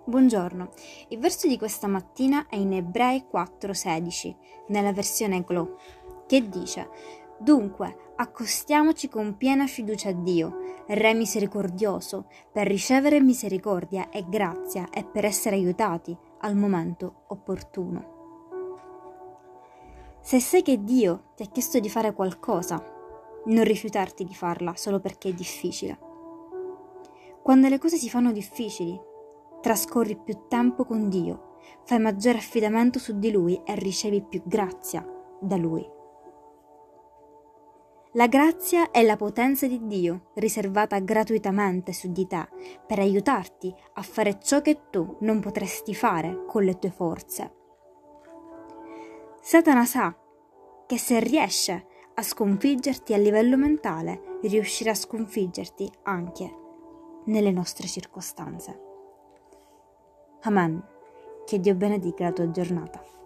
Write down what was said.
Buongiorno, il verso di questa mattina è in Ebrei 4,16, nella versione Glow, che dice: Dunque, accostiamoci con piena fiducia a Dio, Re misericordioso, per ricevere misericordia e grazia e per essere aiutati al momento opportuno. Se sai che Dio ti ha chiesto di fare qualcosa, non rifiutarti di farla solo perché è difficile. Quando le cose si fanno difficili, trascorri più tempo con Dio, fai maggiore affidamento su di Lui e ricevi più grazia da Lui. La grazia è la potenza di Dio riservata gratuitamente su di te per aiutarti a fare ciò che tu non potresti fare con le tue forze. Satana sa che se riesce a sconfiggerti a livello mentale, riuscirà a sconfiggerti anche nelle nostre circostanze. Amen. Che Dio benedica la tua giornata.